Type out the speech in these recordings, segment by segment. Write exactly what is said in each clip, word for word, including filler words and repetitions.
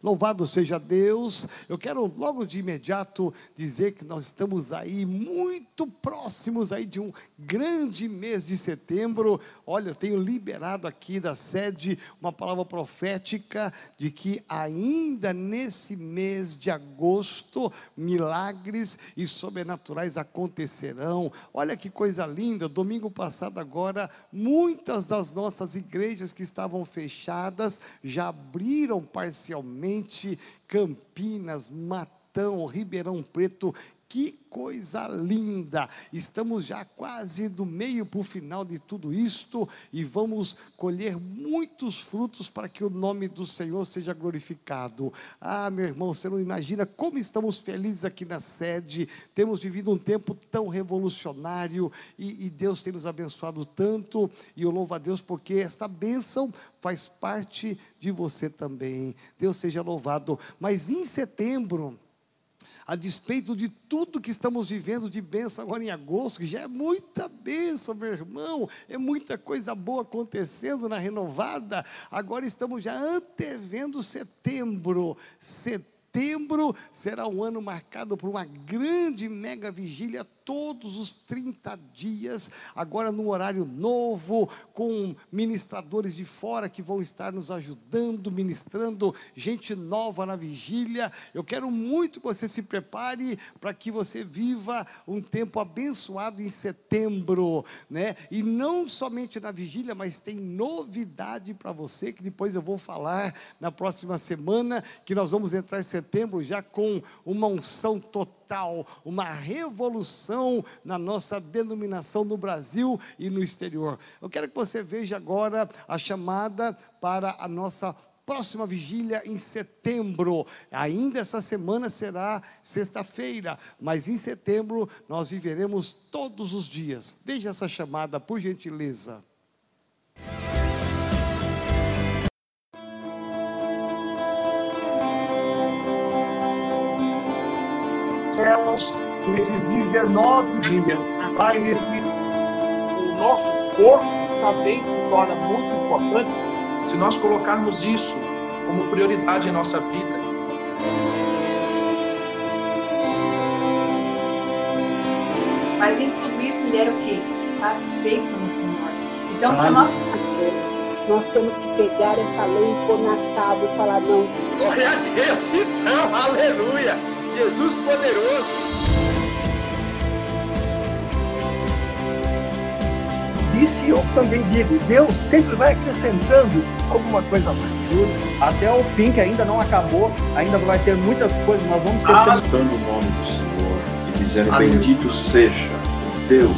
Louvado seja Deus. Eu quero logo de imediato dizer que nós estamos aí muito próximos aí de um grande mês de setembro. Olha, eu tenho liberado aqui da sede uma palavra profética de que ainda nesse mês de agosto, milagres e sobrenaturais acontecerão. Olha que coisa linda, domingo passado agora, muitas das nossas igrejas que estavam fechadas, já abriram parcialmente. Campinas, Matão, Ribeirão Preto, que coisa linda, estamos já quase do meio para o final de tudo isto, e vamos colher muitos frutos para que o nome do Senhor seja glorificado. Ah, meu irmão, você não imagina como estamos felizes aqui na sede, temos vivido um tempo tão revolucionário, e, e Deus tem nos abençoado tanto, e eu louvo a Deus porque esta bênção faz parte de você também. Deus seja louvado. Mas em setembro, a despeito de tudo que estamos vivendo de bênção agora em agosto, que já é muita bênção, meu irmão, é muita coisa boa acontecendo na Renovada, agora estamos já antevendo setembro. Setembro será um ano marcado por uma grande mega vigília, todos os trinta dias, agora num horário novo, com ministradores de fora que vão estar nos ajudando, ministrando, gente nova na vigília. Eu quero muito que você se prepare para que você viva um tempo abençoado em setembro, né? E não somente na vigília, mas tem novidade para você, que depois eu vou falar na próxima semana, que nós vamos entrar em setembro já com uma unção total, uma revolução na nossa denominação no Brasil e no exterior. Eu quero que você veja agora a chamada para a nossa próxima vigília em setembro. Ainda essa semana será sexta-feira, mas em setembro nós viveremos todos os dias. Veja essa chamada, por gentileza. Nesses dezenove dias, vai nesse, o nosso corpo também se torna muito importante. Se nós colocarmos isso como prioridade em nossa vida, mas em tudo isso ele era o quê? Satisfeito no Senhor. Então, para nós, nós temos que pegar essa lei e pôr na tábua e falar não. Glória a Deus, então, aleluia! Jesus poderoso. Disse eu também digo, Deus sempre vai acrescentando alguma coisa a mais. Até o fim, que ainda não acabou, ainda vai ter muitas coisas, nós vamos ter... Cantando o nome do Senhor e dizendo, Amém. Bendito seja o Deus.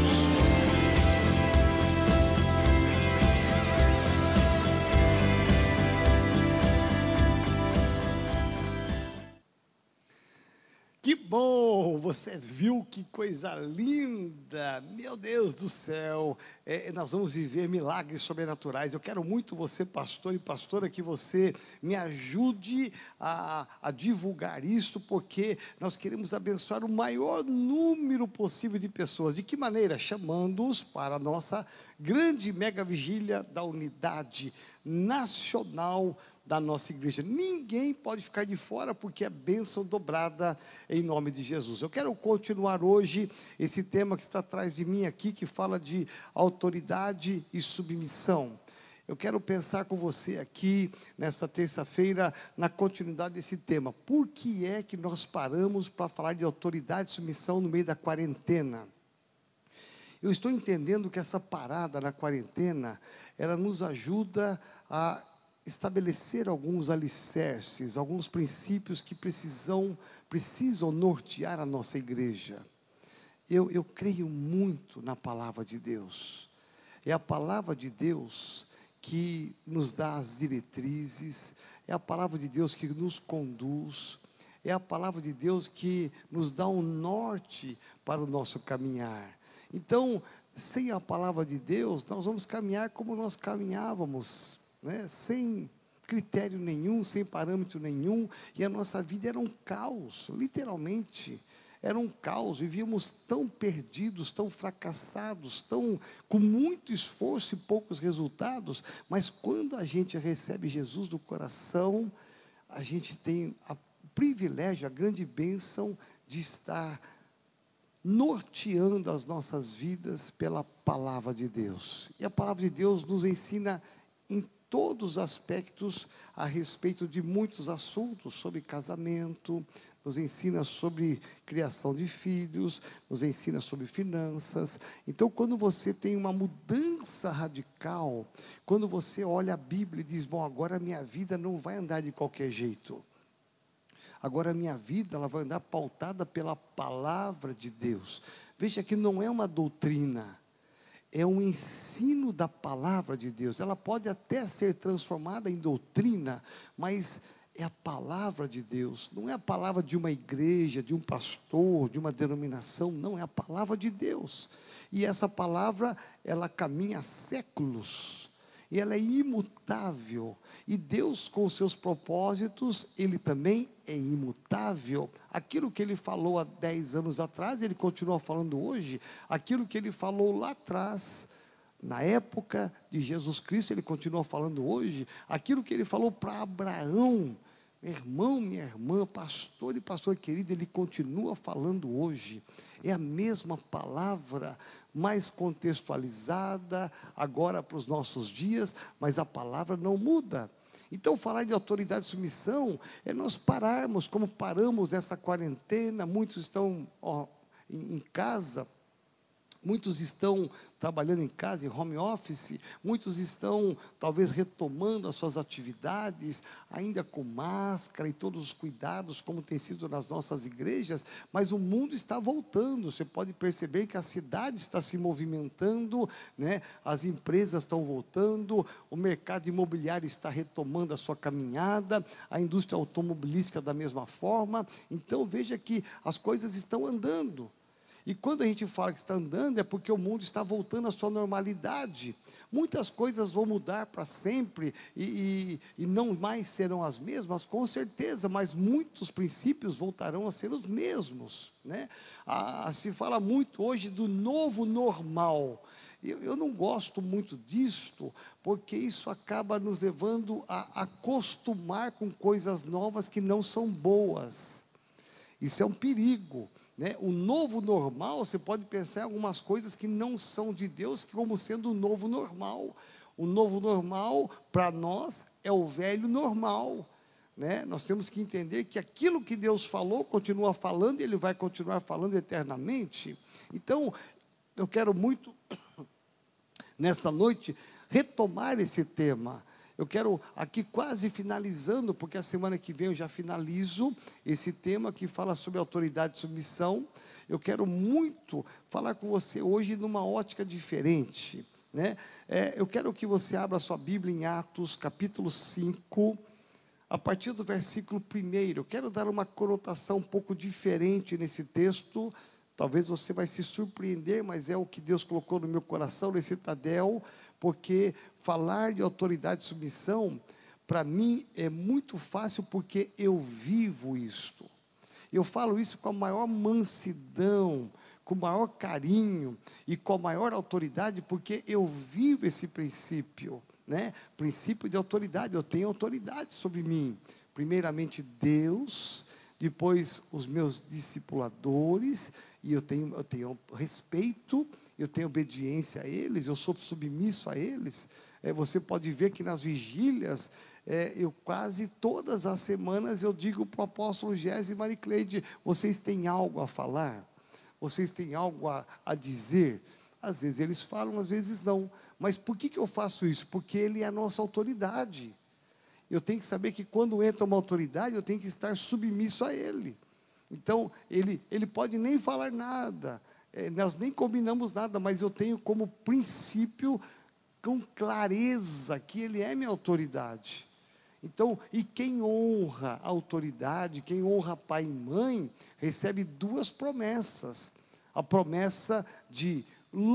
Que bom, você viu que coisa linda, meu Deus do céu, é, nós vamos viver milagres sobrenaturais. Eu quero muito você, pastor e pastora, que você me ajude a, a divulgar isto, porque nós queremos abençoar o maior número possível de pessoas. De que maneira? Chamando-os para a nossa grande mega vigília da unidade nacional da nossa igreja. Ninguém pode ficar de fora, porque é bênção dobrada em nome de Jesus. Eu quero continuar hoje esse tema que está atrás de mim aqui, que fala de autoridade e submissão. Eu quero pensar com você aqui, nesta terça-feira, na continuidade desse tema. Por que é que nós paramos para falar de autoridade e submissão no meio da quarentena? Eu estou entendendo que essa parada na quarentena, ela nos ajuda a estabelecer alguns alicerces, alguns princípios que precisam, precisam nortear a nossa igreja. Eu, eu creio muito na palavra de Deus. É a palavra de Deus que nos dá as diretrizes, é a palavra de Deus que nos conduz, é a palavra de Deus que nos dá um norte para o nosso caminhar. Então, sem a palavra de Deus, nós vamos caminhar como nós caminhávamos, né? Sem critério nenhum, sem parâmetro nenhum, e a nossa vida era um caos, literalmente, era um caos, vivíamos tão perdidos, tão fracassados, tão, com muito esforço e poucos resultados, mas quando a gente recebe Jesus no coração, a gente tem o privilégio, a grande bênção de estar norteando as nossas vidas pela palavra de Deus. E a palavra de Deus nos ensina em todos os aspectos a respeito de muitos assuntos, sobre casamento, nos ensina sobre criação de filhos, nos ensina sobre finanças. Então, quando você tem uma mudança radical, quando você olha a Bíblia e diz, bom, agora a minha vida não vai andar de qualquer jeito. Agora a minha vida, ela vai andar pautada pela palavra de Deus. Veja que não é uma doutrina, é um ensino da palavra de Deus. Ela pode até ser transformada em doutrina, mas é a palavra de Deus. Não é a palavra de uma igreja, de um pastor, de uma denominação. Não, é a palavra de Deus. E essa palavra, ela caminha há séculos. E ela é imutável. E Deus, com os seus propósitos, Ele também é imutável. Aquilo que Ele falou há dez anos atrás, Ele continua falando hoje. Aquilo que Ele falou lá atrás, na época de Jesus Cristo, Ele continua falando hoje. Aquilo que Ele falou para Abraão, meu irmão, minha irmã, pastor e pastor querido, Ele continua falando hoje. É a mesma palavra, mais contextualizada, agora para os nossos dias, mas a palavra não muda. Então, falar de autoridade e submissão é nós pararmos, como paramos nessa quarentena. Muitos estão ó, em, em casa, muitos estão trabalhando em casa, em home office, muitos estão talvez retomando as suas atividades, ainda com máscara e todos os cuidados, como tem sido nas nossas igrejas, mas o mundo está voltando. Você pode perceber que a cidade está se movimentando, né? As empresas estão voltando, o mercado imobiliário está retomando a sua caminhada, a indústria automobilística da mesma forma. Então veja que as coisas estão andando. E quando a gente fala que está andando, é porque o mundo está voltando à sua normalidade. Muitas coisas vão mudar para sempre, e, e, e não mais serão as mesmas, com certeza, mas muitos princípios voltarão a ser os mesmos, né? Ah, se fala muito hoje do novo normal. Eu, eu não gosto muito disto, porque isso acaba nos levando a acostumar com coisas novas que não são boas. Isso é um perigo. Né? O novo normal, você pode pensar em algumas coisas que não são de Deus, como sendo o novo normal. O novo normal, para nós, é o velho normal. Né? Nós temos que entender que aquilo que Deus falou, continua falando, e Ele vai continuar falando eternamente. Então, eu quero muito, nesta noite, retomar esse tema. Eu quero aqui quase finalizando, porque a semana que vem eu já finalizo esse tema que fala sobre autoridade e submissão. Eu quero muito falar com você hoje numa ótica diferente, né? É, eu quero que você abra a sua Bíblia em Atos, capítulo cinco, a partir do versículo primeiro. Eu quero dar uma conotação um pouco diferente nesse texto. Talvez você vai se surpreender, mas é o que Deus colocou no meu coração, nesse citadel, porque falar de autoridade e submissão, para mim, é muito fácil, porque eu vivo isto. Eu falo isso com a maior mansidão, com o maior carinho e com a maior autoridade, porque eu vivo esse princípio, né? Princípio de autoridade. Eu tenho autoridade sobre mim. Primeiramente Deus, depois os meus discipuladores, e eu tenho, eu tenho respeito, eu tenho obediência a eles, eu sou submisso a eles. É, você pode ver que nas vigílias, é, eu quase todas as semanas eu digo para o apóstolo Gés e Maricleide, vocês têm algo a falar? Vocês têm algo a, a dizer? Às vezes eles falam, às vezes não. Mas por que, que eu faço isso? Porque ele é a nossa autoridade. Eu tenho que saber que quando entra uma autoridade, eu tenho que estar submisso a ele. Então, ele, ele pode nem falar nada, é, nós nem combinamos nada, mas eu tenho como princípio, com clareza, que ele é minha autoridade. Então, e quem honra a autoridade, quem honra pai e mãe, recebe duas promessas. A promessa de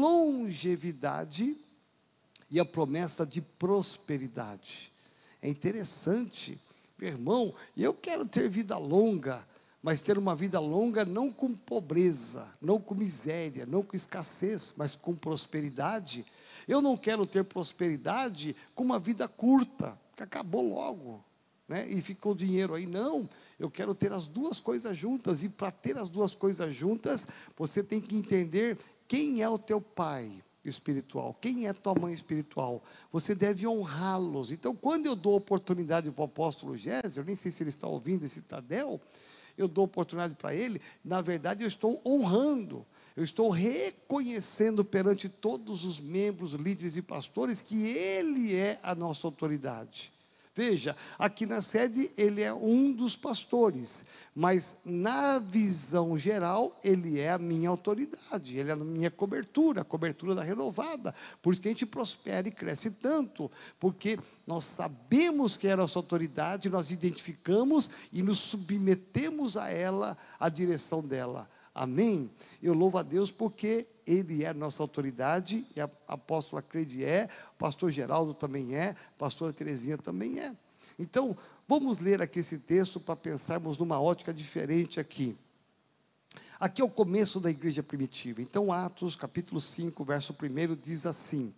longevidade e a promessa de prosperidade. É interessante, meu irmão, eu quero ter vida longa, mas ter uma vida longa não com pobreza, não com miséria, não com escassez, mas com prosperidade. Eu não quero ter prosperidade com uma vida curta, que acabou logo. né, e ficou dinheiro aí. Não, eu quero ter as duas coisas juntas, e para ter as duas coisas juntas, você tem que entender quem é o teu pai espiritual, quem é tua mãe espiritual. Você deve honrá-los. Então, quando eu dou oportunidade para o apóstolo Géser, eu nem sei se ele está ouvindo esse Tadel, eu dou oportunidade para ele, na verdade eu estou honrando, eu estou reconhecendo perante todos os membros, líderes e pastores, que ele é a nossa autoridade. Veja, aqui na sede ele é um dos pastores, mas na visão geral ele é a minha autoridade, ele é a minha cobertura, a cobertura da renovada. Por isso que a gente prospera e cresce tanto, porque nós sabemos que é a nossa autoridade, nós identificamos e nos submetemos a ela, a direção dela. Amém? Eu louvo a Deus porque ele é a nossa autoridade, e a apóstola Cleide é, o pastor Geraldo também é, a pastora Terezinha também é. Então, vamos ler aqui esse texto para pensarmos numa ótica diferente aqui. Aqui é o começo da igreja primitiva. Então, Atos capítulo cinco, verso um diz assim: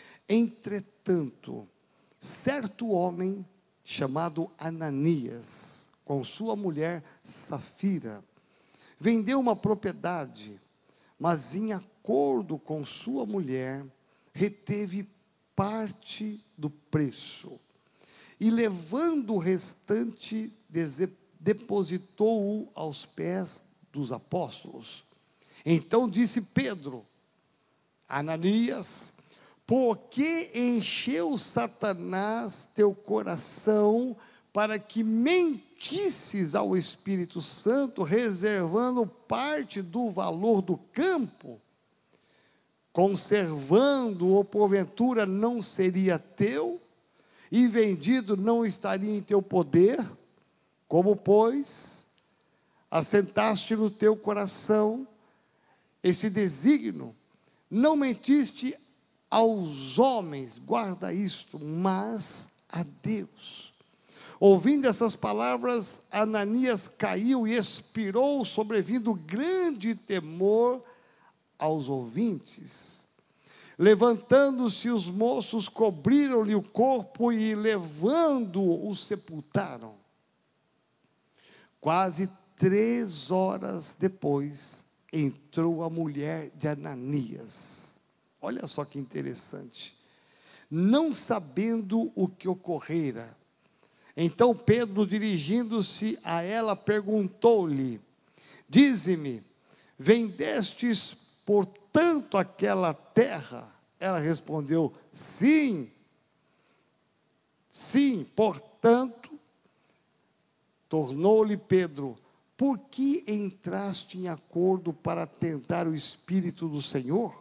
entretanto, certo homem chamado Ananias, com sua mulher Safira, vendeu uma propriedade, mas em acordo com sua mulher, reteve parte do preço, e levando o restante, depositou-o aos pés dos apóstolos. Então disse Pedro: Ananias, por que encheu Satanás teu coração para que mentisses ao Espírito Santo, reservando parte do valor do campo, conservando-o, porventura não seria teu, e vendido não estaria em teu poder? Como, pois, assentaste no teu coração esse desígnio, não mentiste aos homens, guarda isto, mas a Deus. Ouvindo essas palavras, Ananias caiu e expirou, sobrevindo grande temor aos ouvintes. Levantando-se os moços, cobriram-lhe o corpo e, levando-o, o sepultaram. Quase três horas depois, entrou a mulher de Ananias. Olha só que interessante. Não sabendo o que ocorrera, então Pedro, dirigindo-se a ela, perguntou-lhe: dize-me, vendestes portanto aquela terra? Ela respondeu: sim, sim. Portanto, tornou-lhe Pedro: por que entraste em acordo para tentar o Espírito do Senhor?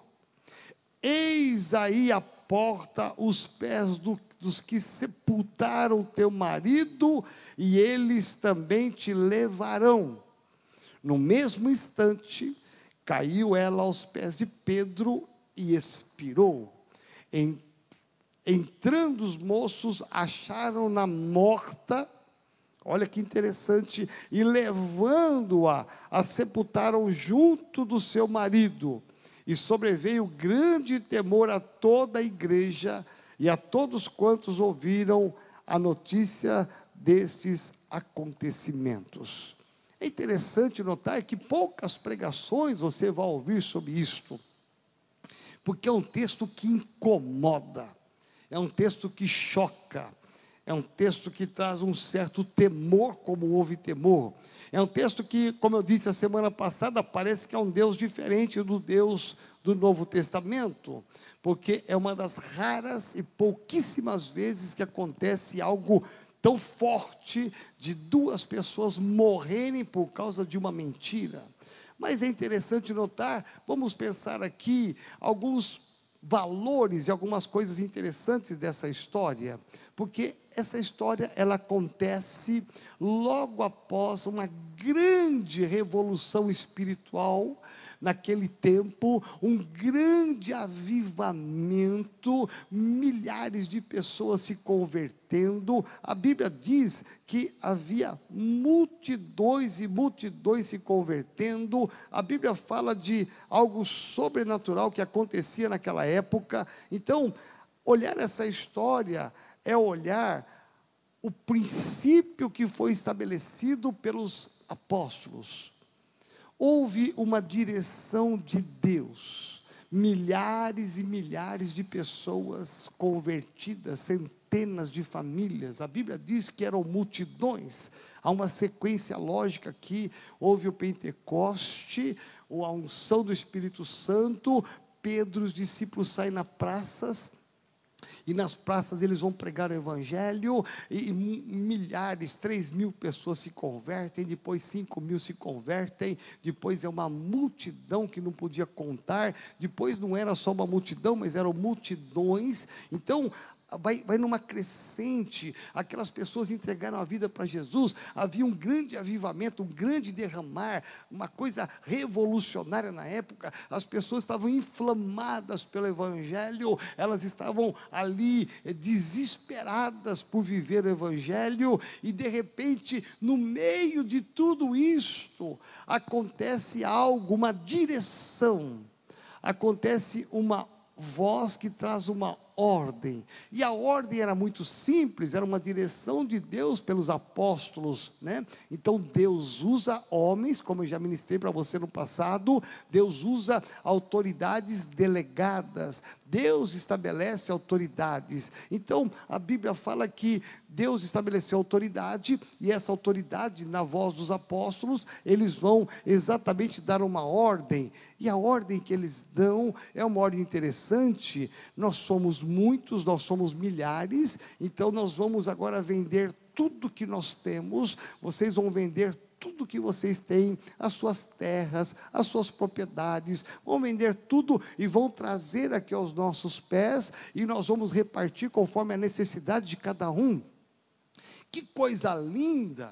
Eis aí a porta os pés do, dos que sepultaram teu marido, e eles também te levarão. No mesmo instante, caiu ela aos pés de Pedro e expirou. Em, entrando os moços, acharam-na morta, olha que interessante, e levando-a, a sepultaram junto do seu marido. E sobreveio grande temor a toda a igreja e a todos quantos ouviram a notícia destes acontecimentos. É interessante notar que poucas pregações você vai ouvir sobre isto, porque é um texto que incomoda, é um texto que choca, é um texto que traz um certo temor, como houve temor. É um texto que, como eu disse a semana passada, parece que é um Deus diferente do Deus do Novo Testamento, porque é uma das raras e pouquíssimas vezes que acontece algo tão forte de duas pessoas morrerem por causa de uma mentira. Mas é interessante notar, vamos pensar aqui alguns valores e algumas coisas interessantes dessa história, porque essa história ela acontece logo após uma grande revolução espiritual naquele tempo, um grande avivamento, milhares de pessoas se convertendo. A Bíblia diz que havia multidões e multidões se convertendo. A Bíblia fala de algo sobrenatural que acontecia naquela época. Então, olhar essa história é olhar o princípio que foi estabelecido pelos apóstolos. Houve uma direção de Deus, milhares e milhares de pessoas convertidas, centenas de famílias. A Bíblia diz que eram multidões. Há uma sequência lógica aqui. Houve o Pentecoste, a unção do Espírito Santo. Pedro, os discípulos saem nas praças, e nas praças eles vão pregar o Evangelho, e milhares, três mil pessoas se convertem, depois cinco mil se convertem, depois é uma multidão que não podia contar, depois não era só uma multidão, mas eram multidões. Então, Vai, vai numa crescente, aquelas pessoas entregaram a vida para Jesus, havia um grande avivamento, um grande derramar, uma coisa revolucionária na época. As pessoas estavam inflamadas pelo Evangelho, elas estavam ali desesperadas por viver o Evangelho, e de repente, no meio de tudo isto, acontece algo, uma direção, acontece uma voz que traz uma ordem, e a ordem era muito simples, era uma direção de Deus pelos apóstolos, né? Então Deus usa homens, como eu já ministrei para você no passado. Deus usa autoridades delegadas, Deus estabelece autoridades. Então a Bíblia fala que Deus estabeleceu autoridade, e essa autoridade, na voz dos apóstolos, eles vão exatamente dar uma ordem, e a ordem que eles dão é uma ordem interessante. Nós somos muitos, nós somos milhares, então nós vamos agora vender tudo que nós temos, vocês vão vender tudo que vocês têm, as suas terras, as suas propriedades, vão vender tudo e vão trazer aqui aos nossos pés, e nós vamos repartir conforme a necessidade de cada um. Que coisa linda!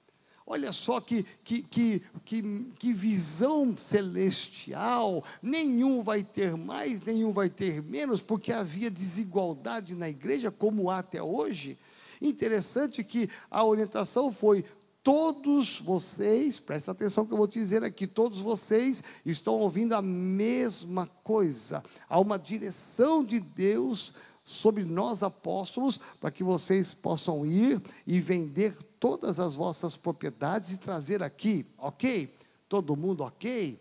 Olha só que, que, que, que, que visão celestial. Nenhum vai ter mais, nenhum vai ter menos, porque havia desigualdade na igreja, como há até hoje. Interessante que a orientação foi: todos vocês, presta atenção que eu vou te dizer aqui, todos vocês estão ouvindo a mesma coisa. Há uma direção de Deus sobre nós apóstolos, para que vocês possam ir e vender todas as vossas propriedades e trazer aqui, ok? Todo mundo ok?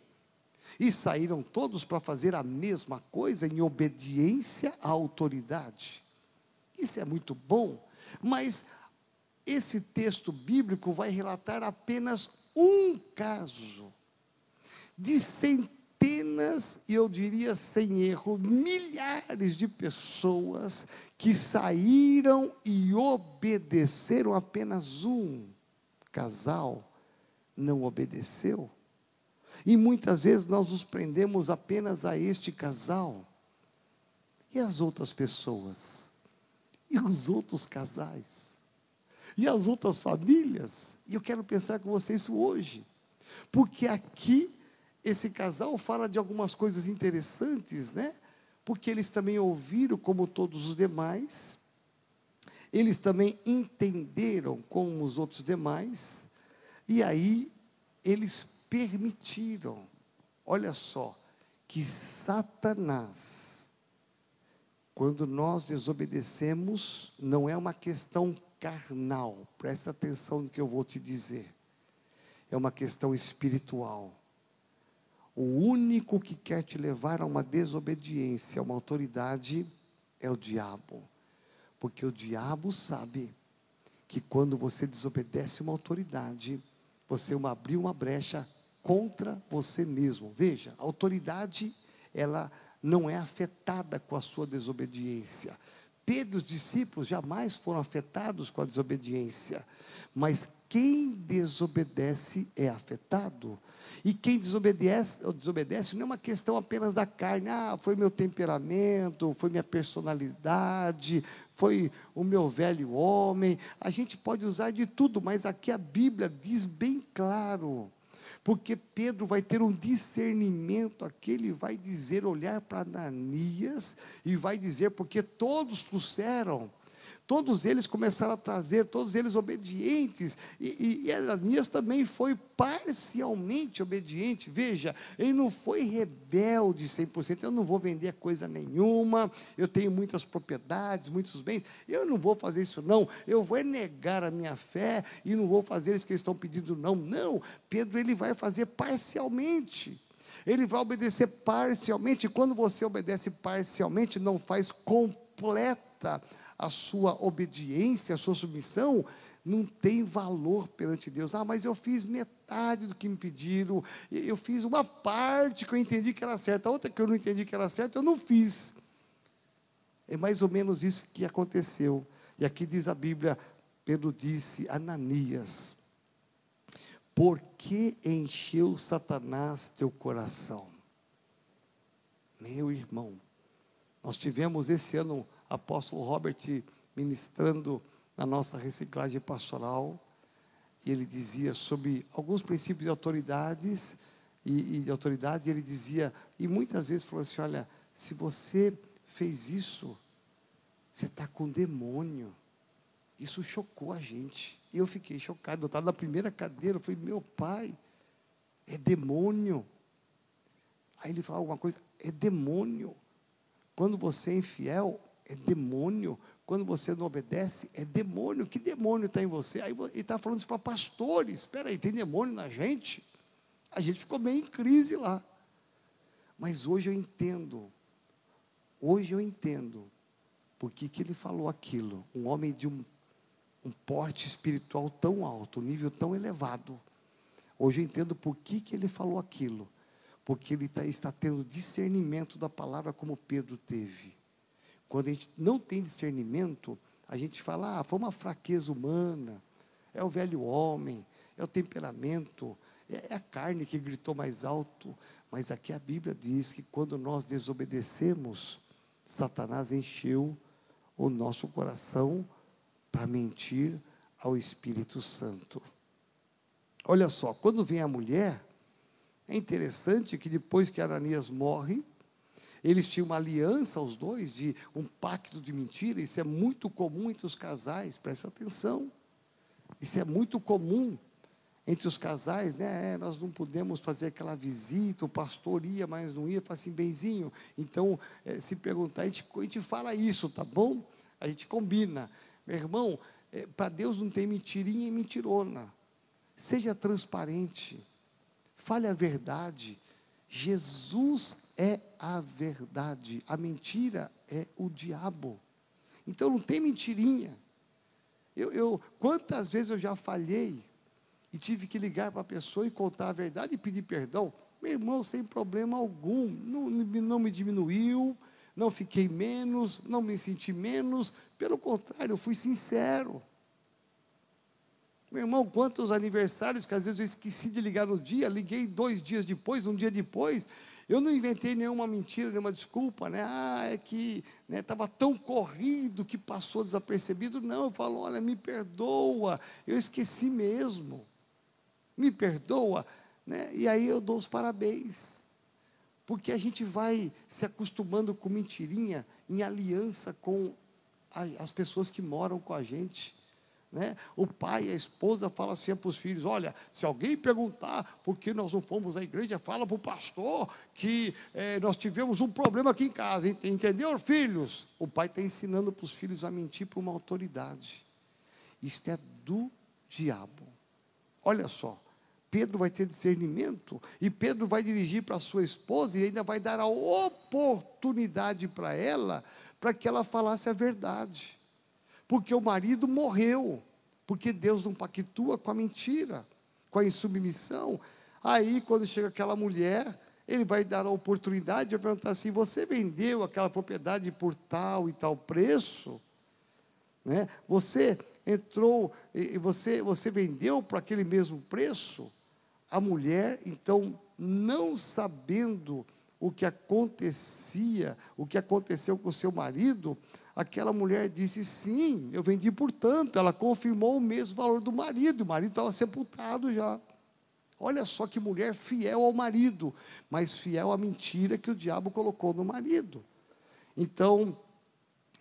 E saíram todos para fazer a mesma coisa, em obediência à autoridade. Isso é muito bom, mas esse texto bíblico vai relatar apenas um caso, de centenas, e eu diria sem erro, milhares de pessoas que saíram e obedeceram. Apenas um casal não obedeceu, e muitas vezes nós nos prendemos apenas a este casal. E as outras pessoas? E os outros casais? E as outras famílias? E eu quero pensar com vocês isso hoje, porque aqui esse casal fala de algumas coisas interessantes, né? Porque eles também ouviram como todos os demais, eles também entenderam como os outros demais, e aí eles permitiram. Olha só, que Satanás, quando nós desobedecemos, não é uma questão carnal, presta atenção no que eu vou te dizer, é uma questão espiritual. O único que quer te levar a uma desobediência, a uma autoridade, é o diabo, porque o diabo sabe que quando você desobedece uma autoridade, você abriu uma brecha contra você mesmo. Veja, a autoridade, ela não é afetada com a sua desobediência. Pedro e os discípulos jamais foram afetados com a desobediência, mas quem desobedece é afetado. E quem desobedece, desobedece não é uma questão apenas da carne. Ah, foi meu temperamento, foi minha personalidade, foi o meu velho homem. A gente pode usar de tudo, mas aqui a Bíblia diz bem claro, porque Pedro vai ter um discernimento aqui. Ele vai dizer, olhar para Ananias, e vai dizer, porque todos trouxeram, todos eles começaram a trazer, todos eles obedientes, e, e, e Ananias também foi parcialmente obediente. Veja, ele não foi rebelde cem por cento, eu não vou vender coisa nenhuma, eu tenho muitas propriedades, muitos bens, eu não vou fazer isso não, eu vou negar a minha fé, e não vou fazer isso que eles estão pedindo não, não, Pedro ele vai fazer parcialmente, ele vai obedecer parcialmente. Quando você obedece parcialmente, não faz completa a sua obediência, a sua submissão, não tem valor perante Deus. Ah, mas eu fiz metade do que me pediram, eu fiz uma parte que eu entendi que era certa, a outra que eu não entendi que era certa, eu não fiz. É mais ou menos isso que aconteceu. E aqui diz a Bíblia, Pedro disse: Ananias, por que encheu Satanás teu coração? Meu irmão, nós tivemos esse ano o apóstolo Robert ministrando na nossa reciclagem pastoral, e ele dizia sobre alguns princípios de autoridades, e, e de autoridade, ele dizia, e muitas vezes falou assim: olha, se você fez isso, você está com demônio. Isso chocou a gente, e eu fiquei chocado, eu estava na primeira cadeira, eu falei: meu pai, é demônio. Aí ele falou alguma coisa: é demônio. Quando você é infiel, é demônio. Quando você não obedece, é demônio. Que demônio está em você? Aí ele está falando isso para pastores. Espera aí, tem demônio na gente? A gente ficou meio em crise lá. Mas hoje eu entendo, hoje eu entendo, por que que ele falou aquilo. Um homem de um, um porte espiritual tão alto, um nível tão elevado. Hoje eu entendo por que que ele falou aquilo. Porque ele tá, está tendo discernimento da palavra como Pedro teve. Quando a gente não tem discernimento, a gente fala: ah, foi uma fraqueza humana, é o velho homem, é o temperamento, é a carne que gritou mais alto. Mas aqui a Bíblia diz que quando nós desobedecemos, Satanás encheu o nosso coração para mentir ao Espírito Santo. Olha só, quando vem a mulher, é interessante que depois que Ananias morre, eles tinham uma aliança, os dois, de um pacto de mentira. Isso é muito comum entre os casais, presta atenção. Isso é muito comum entre os casais, né? É, nós não podemos fazer aquela visita, o pastor ia, mas não ia. Fala assim: benzinho, então, é, se perguntar, a gente, a gente fala isso, tá bom? A gente combina. Meu irmão, é, para Deus não tem mentirinha e mentirona. Seja transparente, fale a verdade. Jesus é a verdade, a mentira é o diabo. Então não tem mentirinha. Eu, eu, quantas vezes eu já falhei e tive que ligar para a pessoa e contar a verdade e pedir perdão? Meu irmão, sem problema algum, não, não me diminuiu, não fiquei menos, não me senti menos, pelo contrário, eu fui sincero. Meu irmão, quantos aniversários que às vezes eu esqueci de ligar no dia, liguei dois dias depois, um dia depois, eu não inventei nenhuma mentira, nenhuma desculpa, né? Ah, é que estava, né, tão corrido que passou desapercebido. Não, eu falo: olha, me perdoa, eu esqueci mesmo, me perdoa, né? E aí eu dou os parabéns, porque a gente vai se acostumando com mentirinha em aliança com a, as pessoas que moram com a gente. Né? O pai e a esposa falam assim para os filhos: olha, se alguém perguntar por que nós não fomos à igreja, fala para o pastor que é, nós tivemos um problema aqui em casa, entendeu, filhos? O pai está ensinando para os filhos a mentir para uma autoridade. Isto é do diabo. Olha só, Pedro vai ter discernimento, e Pedro vai dirigir para a sua esposa, e ainda vai dar a oportunidade para ela, para que ela falasse a verdade. Porque o marido morreu, porque Deus não pactua com a mentira, com a insubmissão. Aí, quando chega aquela mulher, ele vai dar a oportunidade de perguntar assim: você vendeu aquela propriedade por tal e tal preço? Né? Você entrou, e você, você vendeu por aquele mesmo preço? A mulher, então, não sabendo o que acontecia, o que aconteceu com o seu marido, aquela mulher disse: sim, eu vendi por tanto. Ela confirmou o mesmo valor do marido, o marido estava sepultado já. Olha só que mulher fiel ao marido, mas fiel à mentira que o diabo colocou no marido. Então,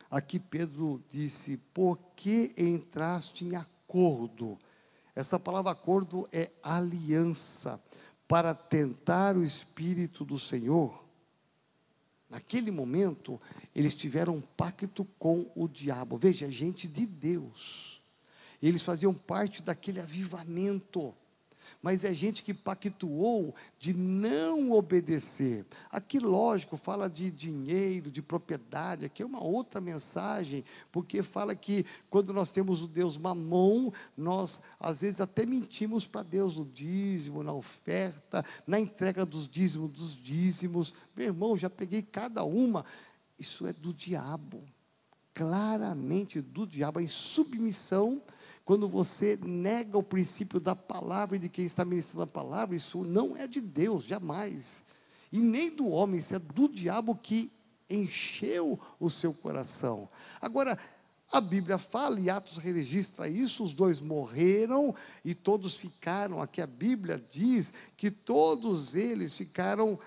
Aqui Pedro disse: por que entraste em acordo? Essa palavra acordo é aliança, para tentar o Espírito do Senhor. Naquele momento, eles tiveram um pacto com o diabo. Veja, gente de Deus. Eles faziam parte daquele avivamento. Mas é gente que pactuou de não obedecer. Aqui, lógico, fala de dinheiro, de propriedade. Aqui é uma outra mensagem, porque fala que quando nós temos o Deus Mamon, nós às vezes até mentimos para Deus no dízimo, na oferta, na entrega dos dízimos, dos dízimos. Meu irmão, já peguei cada uma. Isso é do diabo. Claramente do diabo, a insubmissão. Quando você nega o princípio da palavra e de quem está ministrando a palavra, isso não é de Deus, jamais. E nem do homem, isso é do diabo que encheu o seu coração. Agora, a Bíblia fala, e Atos registra isso, os dois morreram e todos ficaram, aqui a Bíblia diz que todos eles ficaram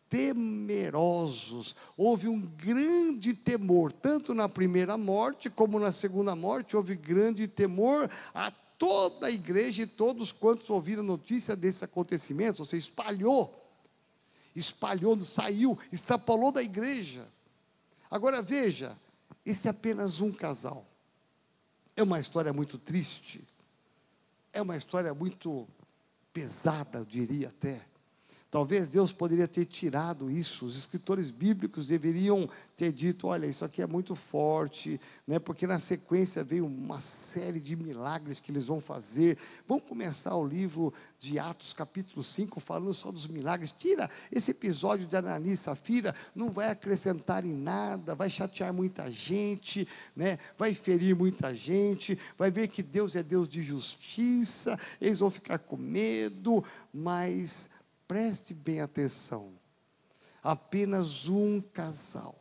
temerosos. Houve um grande temor, tanto na primeira morte, como na segunda morte, houve grande temor a toda a igreja e todos quantos ouviram a notícia desse acontecimento. Você espalhou, espalhou, saiu, extrapolou da igreja. Agora veja, esse é apenas um casal. É uma história muito triste, é uma história muito pesada, eu diria até. Talvez Deus poderia ter tirado isso. Os escritores bíblicos deveriam ter dito: olha, isso aqui é muito forte, né? Porque na sequência veio uma série de milagres que eles vão fazer. Vamos começar o livro de Atos capítulo cinco, falando só dos milagres. Tira esse episódio de Ananias e Safira, não vai acrescentar em nada, vai chatear muita gente, né? Vai ferir muita gente, vai ver que Deus é Deus de justiça, eles vão ficar com medo, mas preste bem atenção, apenas um casal,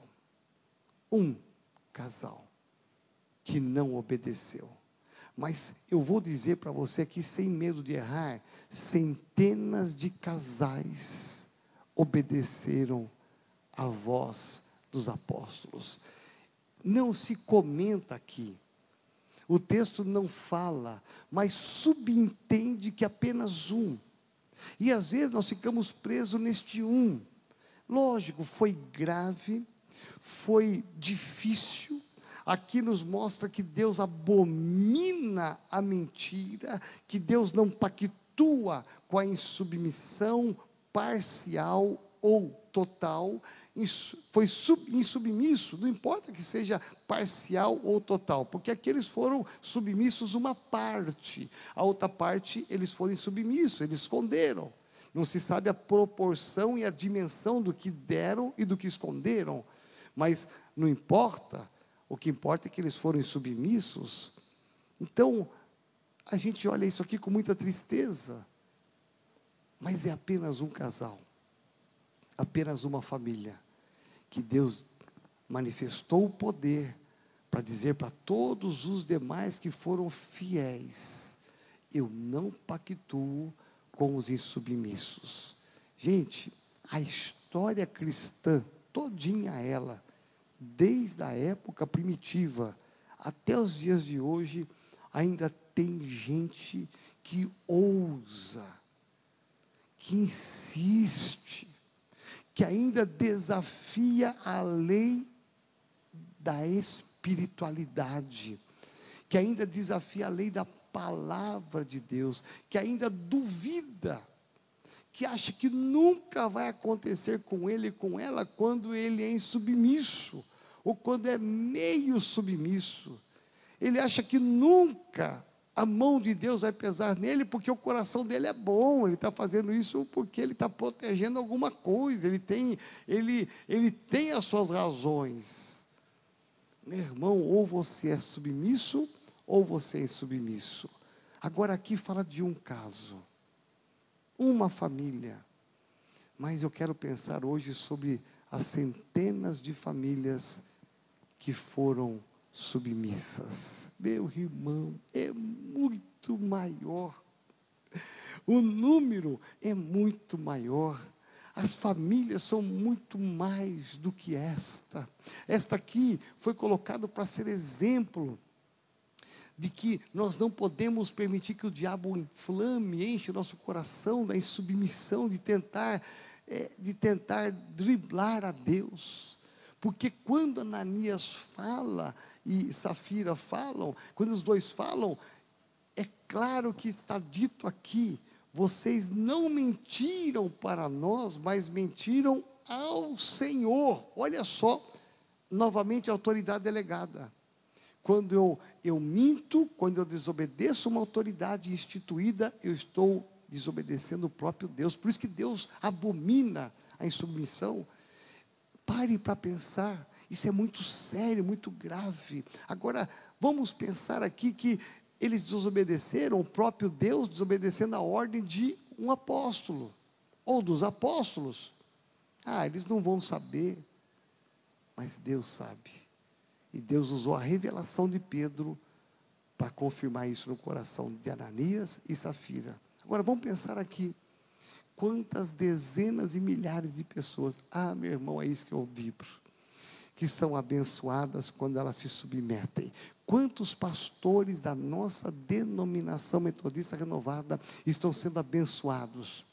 um casal, que não obedeceu. Mas eu vou dizer para você aqui, sem medo de errar, centenas de casais obedeceram à voz dos apóstolos. Não se comenta aqui, o texto não fala, mas subentende que apenas um. E às vezes nós ficamos presos neste um. Lógico, foi grave, foi difícil. Aqui nos mostra que Deus abomina a mentira, que Deus não pactua com a insubmissão parcial ou total. Foi insubmisso, não importa que seja parcial ou total, porque aqueles foram submissos uma parte, a outra parte eles foram insubmissos, eles esconderam. Não se sabe a proporção e a dimensão do que deram e do que esconderam, mas não importa, o que importa é que eles foram insubmissos. Então, a gente olha isso aqui com muita tristeza, mas é apenas um casal, apenas uma família, que Deus manifestou o poder para dizer para todos os demais que foram fiéis: eu não pactuo com os insubmissos. Gente, a história cristã, todinha ela, desde a época primitiva até os dias de hoje, ainda tem gente que ousa, que insiste, que ainda desafia a lei da espiritualidade, que ainda desafia a lei da palavra de Deus, que ainda duvida, que acha que nunca vai acontecer com ele e com ela quando ele é insubmisso, ou quando é meio submisso. Ele acha que nunca a mão de Deus vai pesar nele, porque o coração dele é bom, ele está fazendo isso porque ele está protegendo alguma coisa, ele tem, ele, ele tem as suas razões. Meu irmão, ou você é submisso, ou você é insubmisso. Agora aqui fala de um caso, uma família, mas eu quero pensar hoje sobre as centenas de famílias que foram submissas. Meu irmão, é muito maior, o número é muito maior. As famílias são muito mais do que esta. Esta aqui foi colocada para ser exemplo de que nós não podemos permitir que o diabo inflame, enche o nosso coração da insubmissão, de tentar, é, de tentar driblar a Deus. Porque quando Ananias fala e Safira falam, quando os dois falam, é claro que está dito aqui: vocês não mentiram para nós, mas mentiram ao Senhor. Olha só, novamente a autoridade delegada. Quando eu, eu minto, quando eu desobedeço uma autoridade instituída, eu estou desobedecendo o próprio Deus. Por isso que Deus abomina a insubmissão. Pare para pensar, isso é muito sério, muito grave. Agora, vamos pensar aqui que eles desobedeceram o próprio Deus, desobedecendo a ordem de um apóstolo, ou dos apóstolos. Ah, eles não vão saber, mas Deus sabe. E Deus usou a revelação de Pedro para confirmar isso no coração de Ananias e Safira. Agora vamos pensar aqui, quantas dezenas e milhares de pessoas, ah, meu irmão, é isso que eu vibro, que são abençoadas quando elas se submetem. Quantos pastores da nossa denominação metodista renovada estão sendo abençoados?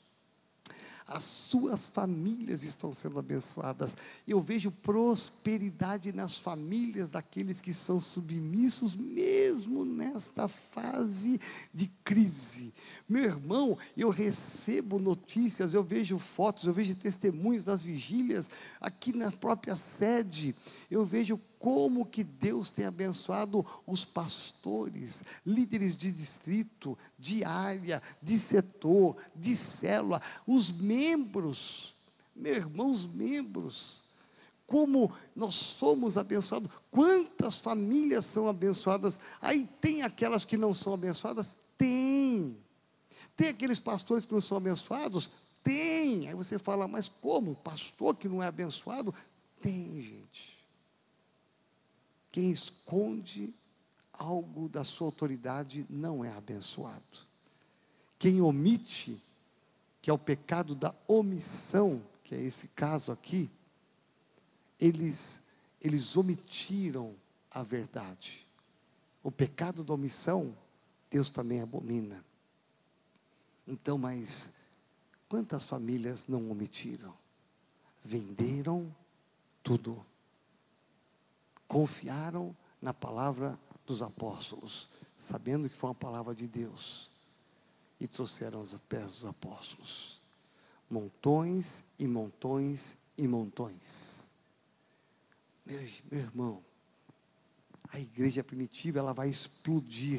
As suas famílias estão sendo abençoadas. Eu vejo prosperidade nas famílias daqueles que são submissos, mesmo nesta fase de crise. Meu irmão, eu recebo notícias, eu vejo fotos, eu vejo testemunhos das vigílias, aqui na própria sede, eu vejo como que Deus tem abençoado os pastores, líderes de distrito, de área, de setor, de célula, os membros, meu irmão, os membros, como nós somos abençoados, quantas famílias são abençoadas. Aí tem aquelas que não são abençoadas? Tem. Tem aqueles pastores que não são abençoados? Tem. Aí você fala, mas como? Pastor que não é abençoado? Tem, gente. Quem esconde algo da sua autoridade não é abençoado. Quem omite, que é o pecado da omissão, que é esse caso aqui, eles, eles omitiram a verdade. O pecado da omissão, Deus também abomina. Então, mas quantas famílias não omitiram? Venderam tudo. Confiaram na palavra dos apóstolos, sabendo que foi uma palavra de Deus, e trouxeram aos pés dos apóstolos, montões e montões e montões. Meu, meu irmão, a igreja primitiva, ela vai explodir,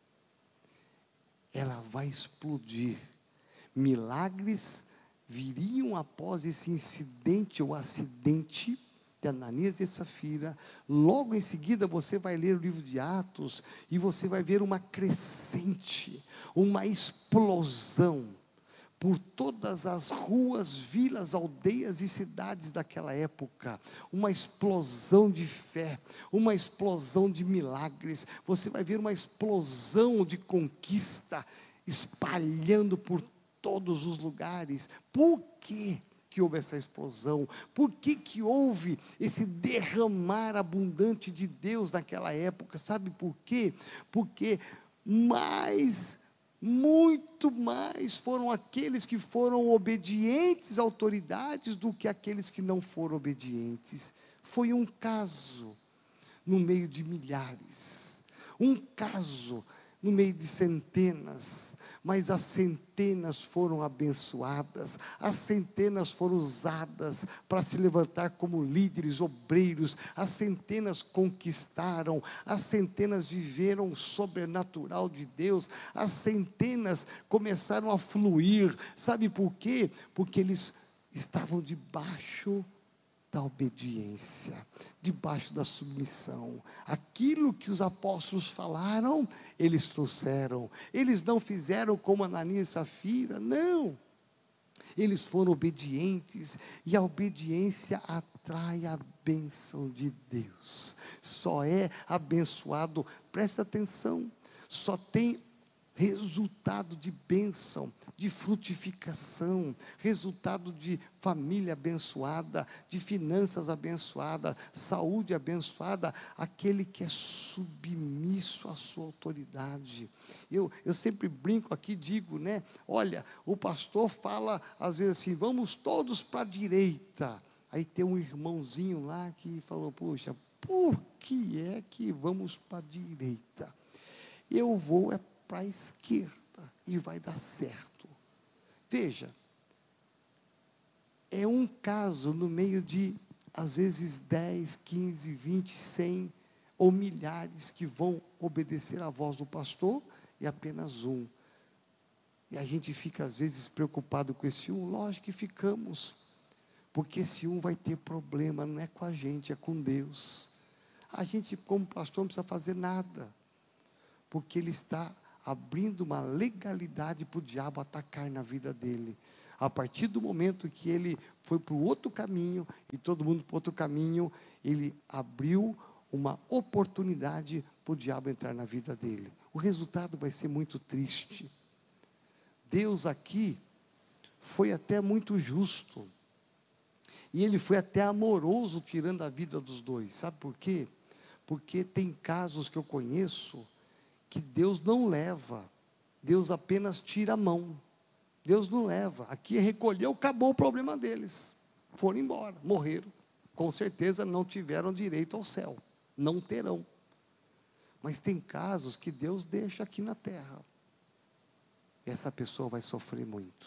ela vai explodir, milagres viriam após esse incidente ou acidente de Ananias e Safira. Logo em seguida você vai ler o livro de Atos e você vai ver uma crescente, uma explosão por todas as ruas, vilas, aldeias e cidades daquela época, uma explosão de fé, uma explosão de milagres. Você vai ver uma explosão de conquista espalhando por todos os lugares. Por quê que houve essa explosão? Por que que houve esse derramar abundante de Deus naquela época? Sabe por quê? Porque mais, muito mais foram aqueles que foram obedientes à autoridades do que aqueles que não foram obedientes. Foi um caso no meio de milhares, um caso no meio de centenas, mas as centenas foram abençoadas, as centenas foram usadas para se levantar como líderes, obreiros, as centenas conquistaram, as centenas viveram o sobrenatural de Deus, as centenas começaram a fluir. Sabe por quê? Porque eles estavam debaixo da obediência, debaixo da submissão. Aquilo que os apóstolos falaram, eles trouxeram. Eles não fizeram como Ananias e Safira, não. Eles foram obedientes, e a obediência atrai a bênção de Deus. Só é abençoado, presta atenção, só tem resultado de bênção, de frutificação, resultado de família abençoada, de finanças abençoadas, saúde abençoada, aquele que é submisso à sua autoridade. Eu, eu sempre brinco aqui, digo, né, olha, o pastor fala às vezes assim, vamos todos para a direita, aí tem um irmãozinho lá que falou, puxa, por que é que vamos para a direita? Eu vou é para a esquerda e vai dar certo. Veja, é um caso no meio de, às vezes, dez, quinze, vinte, cem ou milhares que vão obedecer à voz do pastor e apenas um. E a gente fica, às vezes, preocupado com esse um. Lógico que ficamos, porque esse um vai ter problema, não é com a gente, é com Deus. A gente, como pastor, não precisa fazer nada, porque ele está abrindo uma legalidade para o diabo atacar na vida dele. A partir do momento que ele foi para o outro caminho, e todo mundo para o outro caminho, ele abriu uma oportunidade para o diabo entrar na vida dele. O resultado vai ser muito triste. Deus aqui foi até muito justo, e ele foi até amoroso tirando a vida dos dois. Sabe por quê? Porque tem casos que eu conheço que Deus não leva, Deus apenas tira a mão, Deus não leva, aqui recolheu, acabou o problema deles, foram embora, morreram, com certeza não tiveram direito ao céu, não terão, mas tem casos que Deus deixa aqui na terra, e essa pessoa vai sofrer muito.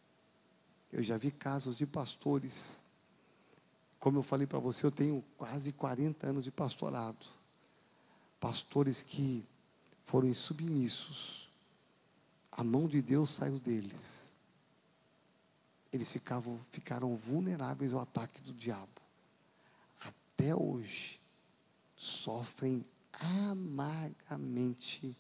Eu já vi casos de pastores, como eu falei para você, eu tenho quase quarenta anos de pastorado, pastores que foram insubmissos, a mão de Deus saiu deles, eles ficavam, ficaram vulneráveis ao ataque do diabo, até hoje, sofrem amargamente,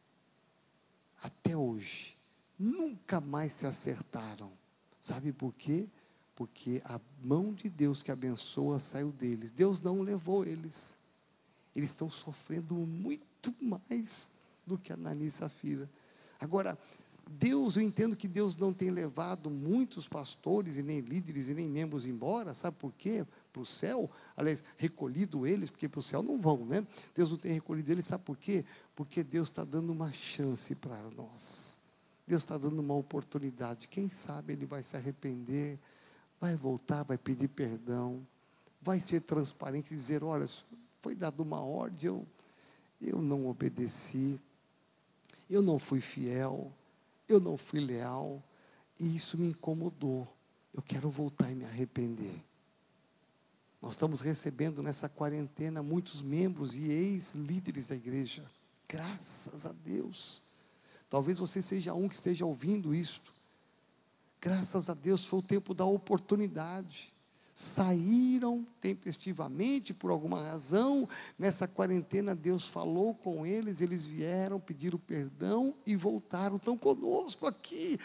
até hoje, nunca mais se acertaram, sabe por quê? Porque a mão de Deus que abençoa saiu deles, Deus não levou eles, eles estão sofrendo muito mais do que Ananias e Safira. Agora, Deus, eu entendo que Deus não tem levado muitos pastores, e nem líderes, e nem membros embora, sabe por quê? Para o céu, aliás, recolhido eles, porque para o céu não vão, né? Deus não tem recolhido eles, sabe por quê? Porque Deus está dando uma chance para nós, Deus está dando uma oportunidade, quem sabe ele vai se arrepender, vai voltar, vai pedir perdão, vai ser transparente e dizer, olha, foi dada uma ordem, eu, eu não obedeci, eu não fui fiel, eu não fui leal, e isso me incomodou, eu quero voltar e me arrepender. Nós estamos recebendo nessa quarentena muitos membros e ex-líderes da igreja, graças a Deus, talvez você seja um que esteja ouvindo isto, graças a Deus foi o tempo da oportunidade, saíram tempestivamente, por alguma razão, nessa quarentena Deus falou com eles, eles vieram, pediram perdão e voltaram, estão conosco aqui,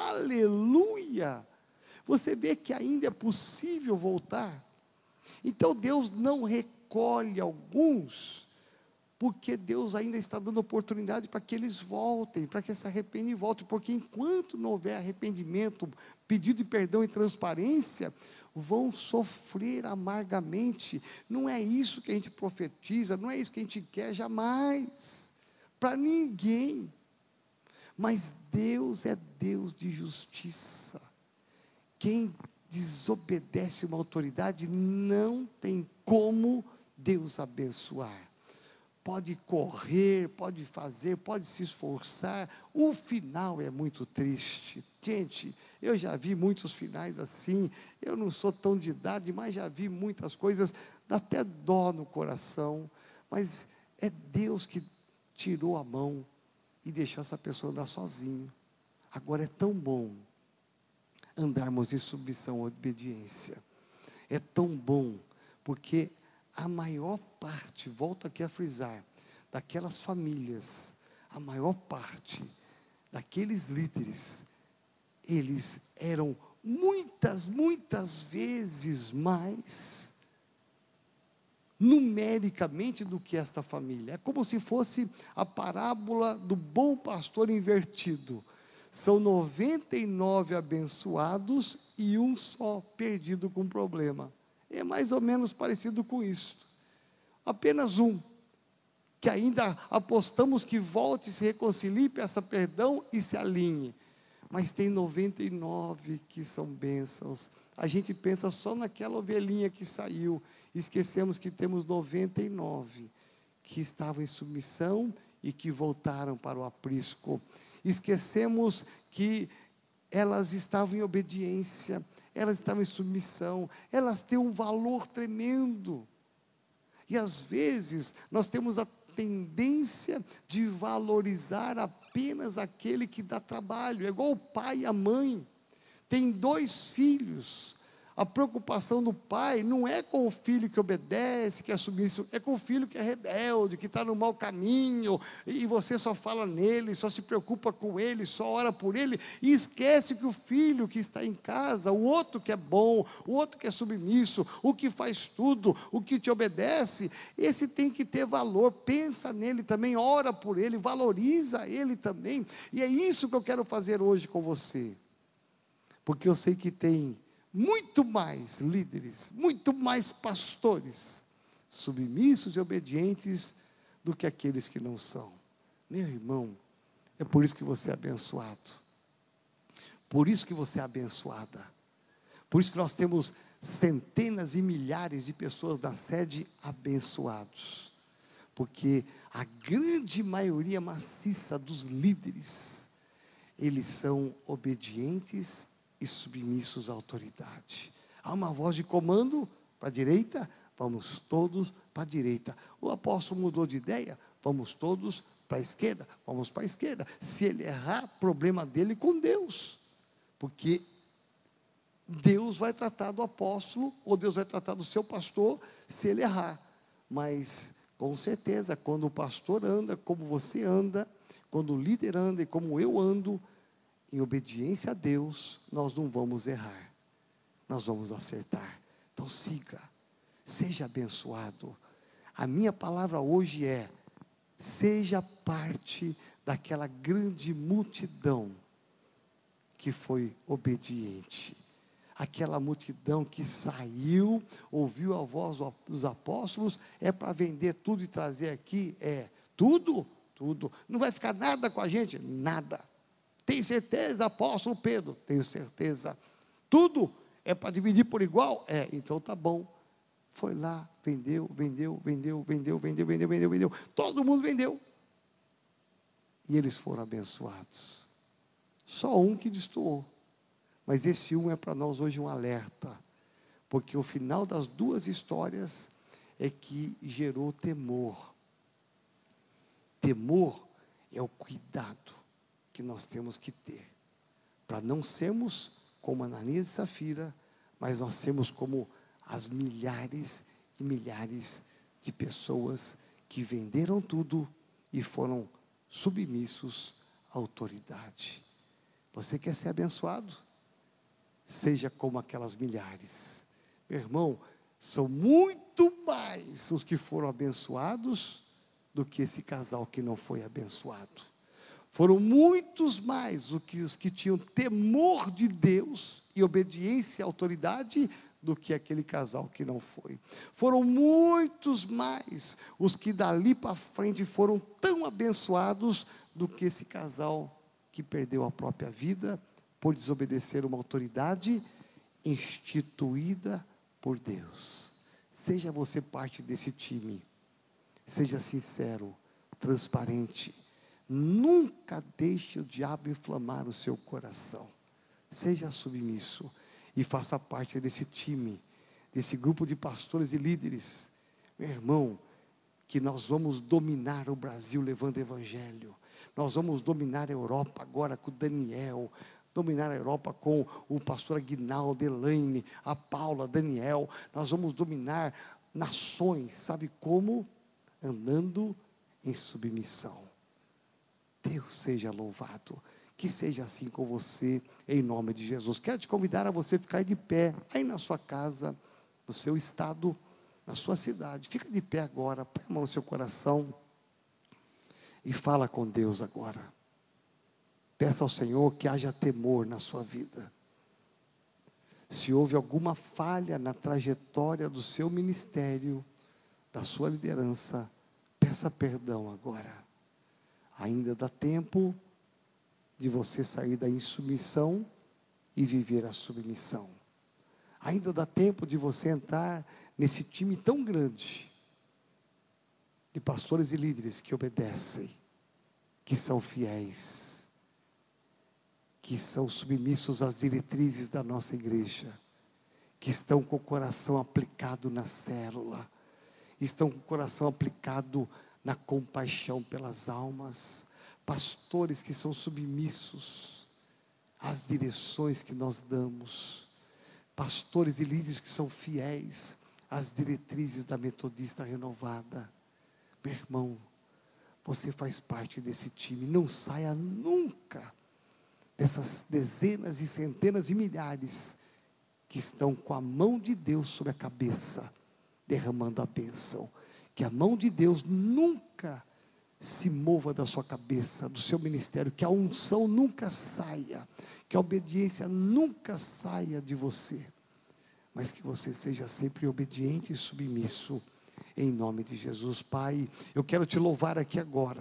aleluia, você vê que ainda é possível voltar, então Deus não recolhe alguns, porque Deus ainda está dando oportunidade para que eles voltem, para que se arrependam e voltem, porque enquanto não houver arrependimento, pedido de perdão e transparência, vão sofrer amargamente, não é isso que a gente profetiza, não é isso que a gente quer, jamais, para ninguém, mas Deus é Deus de justiça, quem desobedece uma autoridade, não tem como Deus abençoar, pode correr, pode fazer, pode se esforçar, o final é muito triste, gente, eu já vi muitos finais assim, eu não sou tão de idade, mas já vi muitas coisas, dá até dó no coração, mas é Deus que tirou a mão, e deixou essa pessoa andar sozinho, agora é tão bom, andarmos em submissão à obediência, é tão bom, porque a maior parte, volto aqui a frisar, daquelas famílias, a maior parte daqueles líderes, eles eram muitas, muitas vezes mais numericamente do que esta família. É como se fosse a parábola do bom pastor invertido. São noventa e nove abençoados e um só perdido com problema. É mais ou menos parecido com isso. Apenas um, que ainda apostamos que volte, se reconcilie, peça perdão e se alinhe. Mas tem noventa e nove que são bênçãos. A gente pensa só naquela ovelhinha que saiu, esquecemos que temos noventa e nove que estavam em submissão e que voltaram para o aprisco. Esquecemos que elas estavam em obediência, elas estavam em submissão, elas têm um valor tremendo. E às vezes nós temos a tendência de valorizar apenas aquele que dá trabalho. É igual o pai e a mãe. Tem dois filhos. A preocupação do pai não é com o filho que obedece, que é submisso, é com o filho que é rebelde, que está no mau caminho, e você só fala nele, só se preocupa com ele, só ora por ele, e esquece que o filho que está em casa, o outro que é bom, o outro que é submisso, o que faz tudo, o que te obedece, esse tem que ter valor. Pensa nele também, ora por ele, valoriza ele também. E é isso que eu quero fazer hoje com você, porque eu sei que tem muito mais líderes, muito mais pastores, submissos e obedientes, do que aqueles que não são. Meu irmão, é por isso que você é abençoado, por isso que você é abençoada, por isso que nós temos centenas e milhares de pessoas da sede abençoados, porque a grande maioria maciça dos líderes, eles são obedientes e submissos à autoridade. Há uma voz de comando para a direita, vamos todos para a direita. O apóstolo mudou de ideia, vamos todos para a esquerda, vamos para a esquerda. Se ele errar, problema dele com Deus, porque Deus vai tratar do apóstolo, ou Deus vai tratar do seu pastor, se ele errar. Mas com certeza, quando o pastor anda como você anda, quando o líder anda e como eu ando, em obediência a Deus, nós não vamos errar, nós vamos acertar. Então siga, seja abençoado. A minha palavra hoje é: seja parte daquela grande multidão que foi obediente, aquela multidão que saiu, ouviu a voz dos apóstolos. É para vender tudo e trazer aqui? É, tudo? Tudo, não vai ficar nada com a gente? Nada. Tem certeza, apóstolo Pedro? Tenho certeza. Tudo é para dividir por igual? É, então tá bom. Foi lá, vendeu, vendeu, vendeu, vendeu, vendeu, vendeu, vendeu, vendeu. Todo mundo vendeu. E eles foram abençoados. Só um que destoou. Mas esse um é para nós hoje um alerta. Porque o final das duas histórias é que gerou temor. Temor é o cuidado que nós temos que ter, para não sermos como Ananias e Safira, mas nós sermos como as milhares e milhares de pessoas que venderam tudo e foram submissos à autoridade. Você quer ser abençoado? Seja como aquelas milhares. Meu irmão, são muito mais os que foram abençoados do que esse casal que não foi abençoado. Foram muitos mais os que, os que tinham temor de Deus e obediência à autoridade do que aquele casal que não foi. Foram muitos mais os que dali para frente foram tão abençoados do que esse casal que perdeu a própria vida por desobedecer uma autoridade instituída por Deus. Seja você parte desse time. Seja sincero, transparente. Nunca deixe o diabo inflamar o seu coração. Seja submisso e faça parte desse time, desse grupo de pastores e líderes. Meu irmão, que nós vamos dominar o Brasil levando evangelho. Nós vamos dominar a Europa agora com o Daniel, dominar a Europa com o pastor Aguinaldo, Elaine, a Paula, Daniel. Nós vamos dominar nações, sabe como? Andando em submissão. Deus seja louvado, que seja assim com você, em nome de Jesus. Quero te convidar a você ficar de pé, aí na sua casa, no seu estado, na sua cidade. Fica de pé agora, põe a mão no seu coração e fala com Deus agora. Peça ao Senhor que haja temor na sua vida. Se houve alguma falha na trajetória do seu ministério, da sua liderança, peça perdão agora. Ainda dá tempo de você sair da insubmissão e viver a submissão. Ainda dá tempo de você entrar nesse time tão grande de pastores e líderes que obedecem, que são fiéis, que são submissos às diretrizes da nossa igreja, que estão com o coração aplicado na célula, estão com o coração aplicado na compaixão pelas almas, pastores que são submissos às direções que nós damos, pastores e líderes que são fiéis às diretrizes da Metodista Renovada. Meu irmão, você faz parte desse time, não saia nunca dessas dezenas e centenas de milhares que estão com a mão de Deus sobre a cabeça, derramando a bênção. Que a mão de Deus nunca se mova da sua cabeça, do seu ministério, que a unção nunca saia, que a obediência nunca saia de você, mas que você seja sempre obediente e submisso, em nome de Jesus. Pai, eu quero te louvar aqui agora,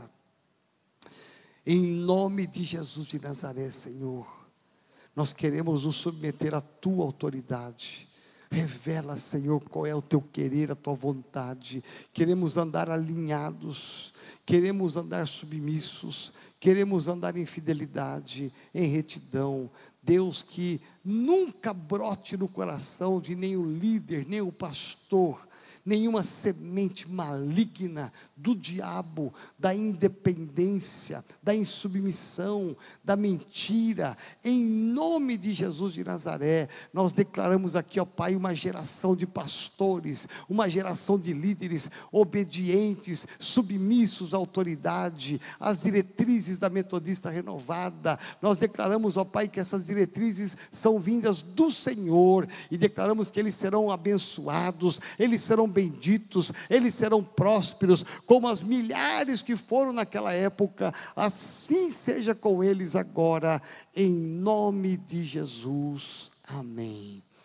em nome de Jesus de Nazaré, Senhor, nós queremos nos submeter à tua autoridade. Revela, Senhor, qual é o teu querer, a tua vontade. Queremos andar alinhados, queremos andar submissos, queremos andar em fidelidade, em retidão. Deus, que nunca brote no coração de nenhum líder, nem o pastor, nenhuma semente maligna do diabo, da independência, da insubmissão, da mentira. Em nome de Jesus de Nazaré, nós declaramos aqui, ó Pai, uma geração de pastores, uma geração de líderes obedientes, submissos à autoridade, às diretrizes da Metodista Renovada. Nós declaramos, ó Pai, que essas diretrizes são vindas do Senhor, e declaramos que eles serão abençoados, eles serão benditos, eles serão prósperos, como as milhares que foram naquela época. Assim seja com eles agora, em nome de Jesus, amém.